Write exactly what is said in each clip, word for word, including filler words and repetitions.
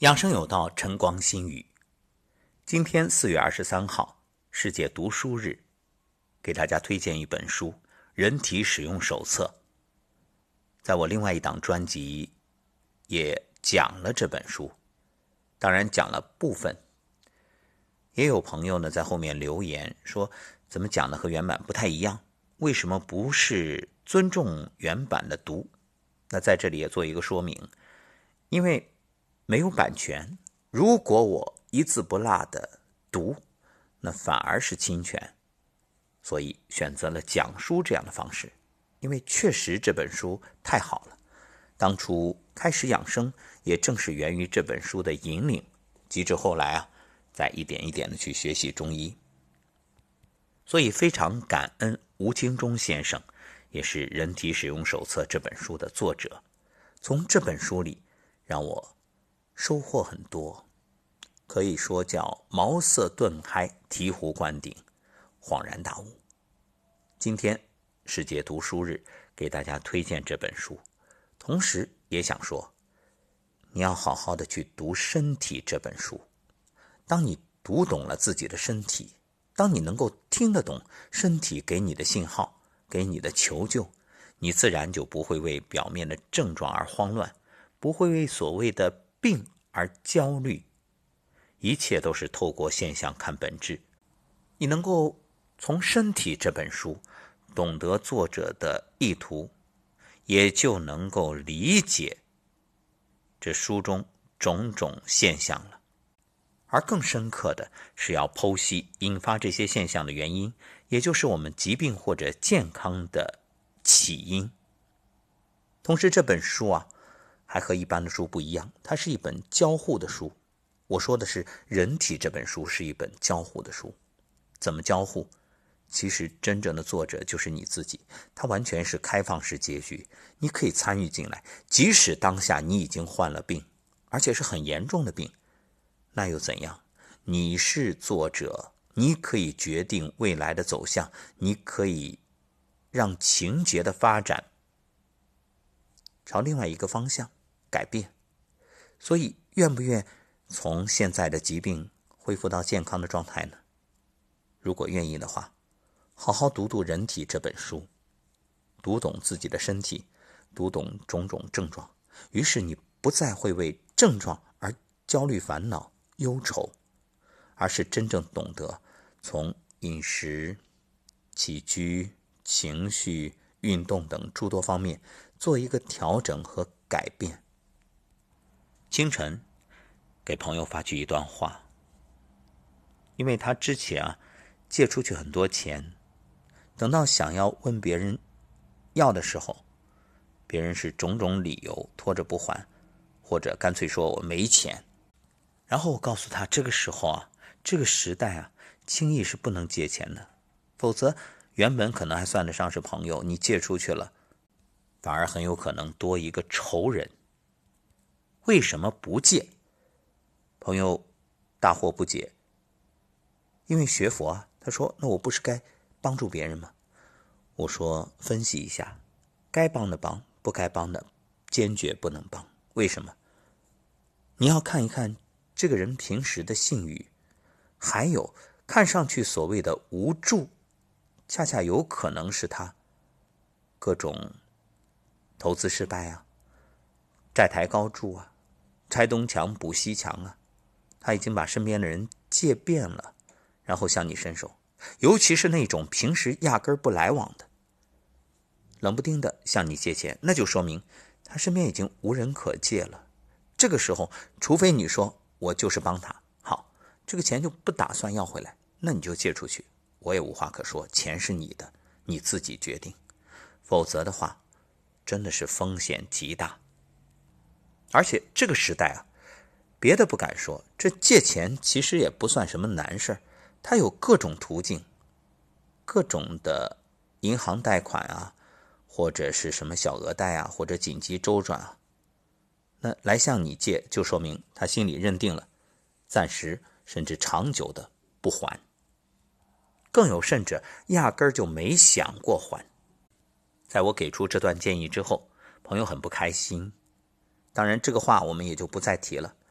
养生有道，晨光新语。今天四月二十三号，世界读书日，给大家推荐一本书《人体使用手册》。在我另外一档专辑也讲了这本书，当然讲了部分。也有朋友呢在后面留言说，怎么讲的和原版不太一样？为什么不是尊重原版的读？那在这里也做一个说明，因为没有版权，如果我一字不落的读，那反而是侵权，所以选择了讲书这样的方式。因为确实这本书太好了，当初开始养生也正是源于这本书的引领，及至后来啊，再一点一点的去学习中医。所以非常感恩吴清忠先生，也是《人体使用手册》这本书的作者。从这本书里让我收获很多，可以说叫茅塞顿开，醍醐灌顶，恍然大悟。今天世界读书日，给大家推荐这本书，同时也想说，你要好好的去读身体这本书。当你读懂了自己的身体，当你能够听得懂身体给你的信号，给你的求救，你自然就不会为表面的症状而慌乱，不会为所谓的病而焦虑，一切都是透过现象看本质。你能够从身体这本书懂得作者的意图，也就能够理解这书中种种现象了。而更深刻的是要剖析引发这些现象的原因，也就是我们疾病或者健康的起因。同时这本书啊还和一般的书不一样，它是一本交互的书。我说的是人体这本书是一本交互的书。怎么交互？其实真正的作者就是你自己，它完全是开放式结局，你可以参与进来。即使当下你已经患了病，而且是很严重的病，那又怎样？你是作者，你可以决定未来的走向，你可以让情节的发展朝另外一个方向改变。所以愿不愿从现在的疾病恢复到健康的状态呢？如果愿意的话，好好读读《人体》这本书，读懂自己的身体，读懂种种症状，于是你不再会为症状而焦虑烦恼忧愁，而是真正懂得从饮食、起居、情绪、运动等诸多方面做一个调整和改变。清晨给朋友发去一段话，因为他之前啊借出去很多钱，等到想要问别人要的时候，别人是种种理由拖着不还，或者干脆说我没钱。然后我告诉他，这个时候啊，这个时代啊，轻易是不能借钱的，否则原本可能还算得上是朋友，你借出去了，反而很有可能多一个仇人。为什么不借？朋友大惑不解，因为学佛啊，他说那我不是该帮助别人吗？我说分析一下，该帮的帮，不该帮的坚决不能帮。为什么？你要看一看这个人平时的信誉，还有看上去所谓的无助，恰恰有可能是他各种投资失败啊，债台高筑啊，拆东墙补西墙啊，他已经把身边的人借遍了，然后向你伸手。尤其是那种平时压根不来往的，冷不丁的向你借钱，那就说明他身边已经无人可借了。这个时候除非你说我就是帮他，好，这个钱就不打算要回来，那你就借出去，我也无话可说，钱是你的，你自己决定。否则的话真的是风险极大。而且这个时代啊，别的不敢说，这借钱其实也不算什么难事儿，它有各种途径，各种的银行贷款啊，或者是什么小额贷啊，或者紧急周转啊，那来向你借，就说明他心里认定了暂时甚至长久的不还，更有甚者压根儿就没想过还。在我给出这段建议之后，朋友很不开心，当然这个话我们也就不再提了。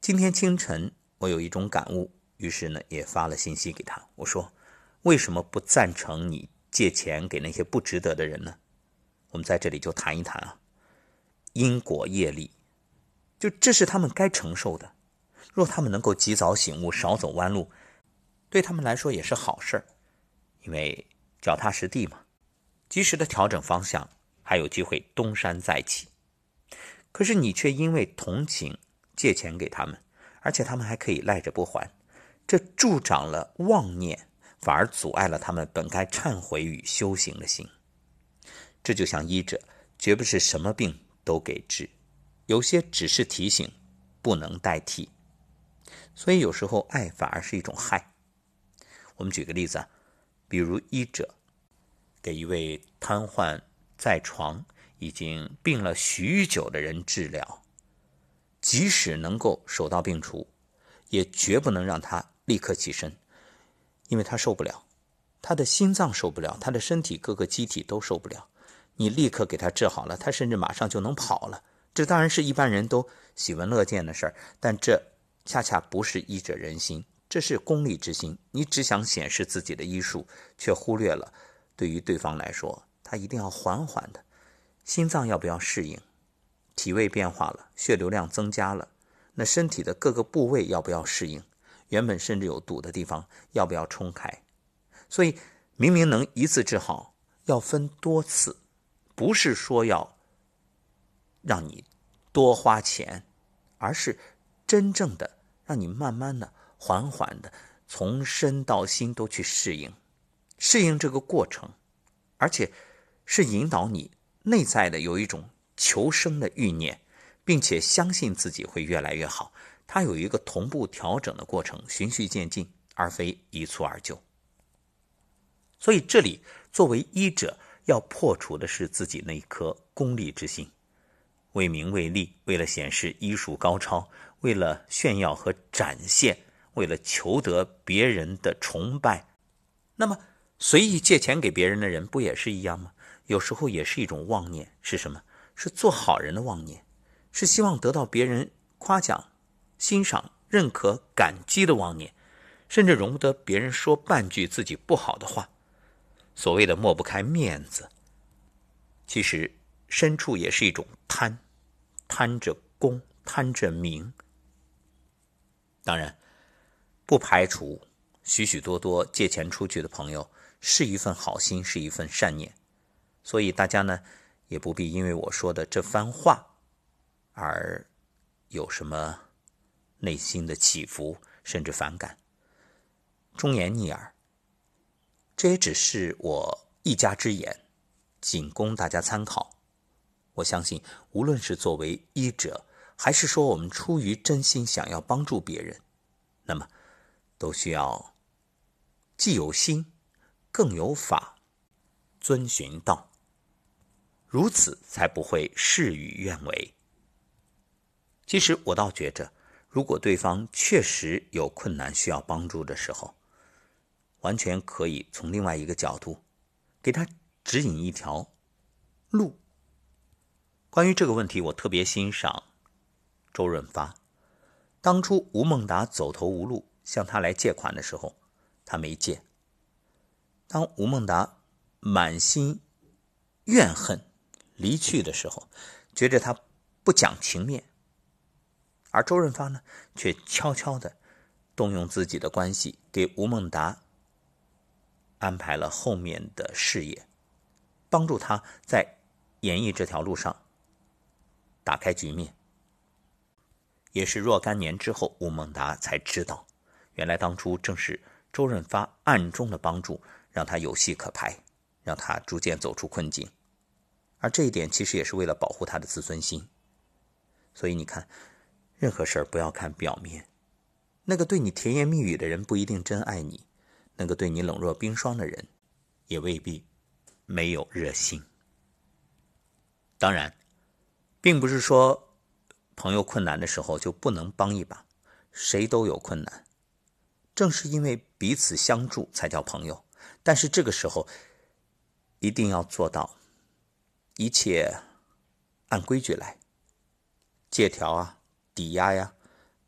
今天清晨我有一种感悟，于是呢也发了信息给他，我说为什么不赞成你借钱给那些不值得的人呢？我们在这里就谈一谈啊，因果业力，就这是他们该承受的。若他们能够及早醒悟，少走弯路，对他们来说也是好事，因为脚踏实地嘛，及时的调整方向，还有机会东山再起。可是你却因为同情借钱给他们，而且他们还可以赖着不还，这助长了妄念，反而阻碍了他们本该忏悔与修行的心。这就像医者，绝不是什么病都给治，有些只是提醒，不能代替。所以有时候爱反而是一种害。我们举个例子啊，比如医者给一位瘫痪在床已经病了许久的人治疗，即使能够手到病除，也绝不能让他立刻起身，因为他受不了，他的心脏受不了，他的身体各个机体都受不了。你立刻给他治好了，他甚至马上就能跑了，这当然是一般人都喜闻乐见的事儿，但这恰恰不是医者仁心，这是功利之心。你只想显示自己的医术，却忽略了对于对方来说，他一定要缓缓的，心脏要不要适应，体位变化了，血流量增加了，那身体的各个部位要不要适应，原本甚至有堵的地方要不要冲开。所以明明能一次治好，要分多次，不是说要让你多花钱，而是真正的让你慢慢的缓缓的从身到心都去适应适应这个过程，而且是引导你内在的有一种求生的欲念，并且相信自己会越来越好。它有一个同步调整的过程，循序渐进，而非一蹴而就。所以这里作为医者要破除的是自己那一颗功利之心，为名为利，为了显示医术高超，为了炫耀和展现，为了求得别人的崇拜。那么随意借钱给别人的人不也是一样吗？有时候也是一种妄念，是什么？是做好人的妄念，是希望得到别人夸奖、欣赏、认可、感激的妄念，甚至容不得别人说半句自己不好的话。所谓的抹不开面子，其实深处也是一种贪，贪着功，贪着名。当然不排除许许多多借钱出去的朋友是一份好心，是一份善念，所以大家呢也不必因为我说的这番话而有什么内心的起伏甚至反感，忠言逆耳。这也只是我一家之言，仅供大家参考。我相信无论是作为医者，还是说我们出于真心想要帮助别人，那么都需要既有心更有法，遵循道，如此才不会事与愿违。其实我倒觉着，如果对方确实有困难需要帮助的时候，完全可以从另外一个角度给他指引一条路。关于这个问题，我特别欣赏周润发。当初吴孟达走投无路向他来借款的时候，他没借。当吴孟达满心怨恨离去的时候，觉得他不讲情面，而周润发呢，却悄悄地动用自己的关系，给吴孟达安排了后面的事业，帮助他在演艺这条路上打开局面。也是若干年之后，吴孟达才知道，原来当初正是周润发暗中的帮助，让他有戏可拍，让他逐渐走出困境。而这一点其实也是为了保护他的自尊心。所以你看，任何事儿不要看表面，那个对你甜言蜜语的人不一定真爱你，那个对你冷若冰霜的人也未必没有热心。当然并不是说朋友困难的时候就不能帮一把，谁都有困难，正是因为彼此相助才叫朋友。但是这个时候一定要做到一切按规矩来，借条啊、抵押呀，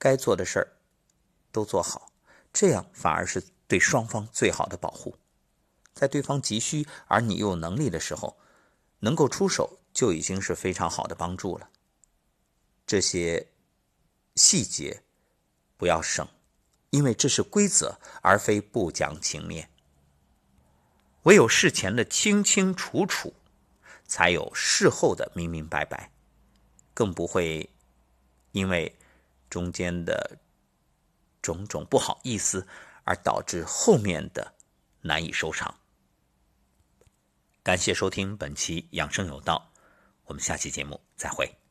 该做的事儿都做好，这样反而是对双方最好的保护。在对方急需而你又有能力的时候，能够出手就已经是非常好的帮助了。这些细节不要省，因为这是规则，而非不讲情面。唯有事前的清清楚楚，才有事后的明明白白，更不会因为中间的种种不好意思而导致后面的难以收场。感谢收听本期养生有道，我们下期节目再会。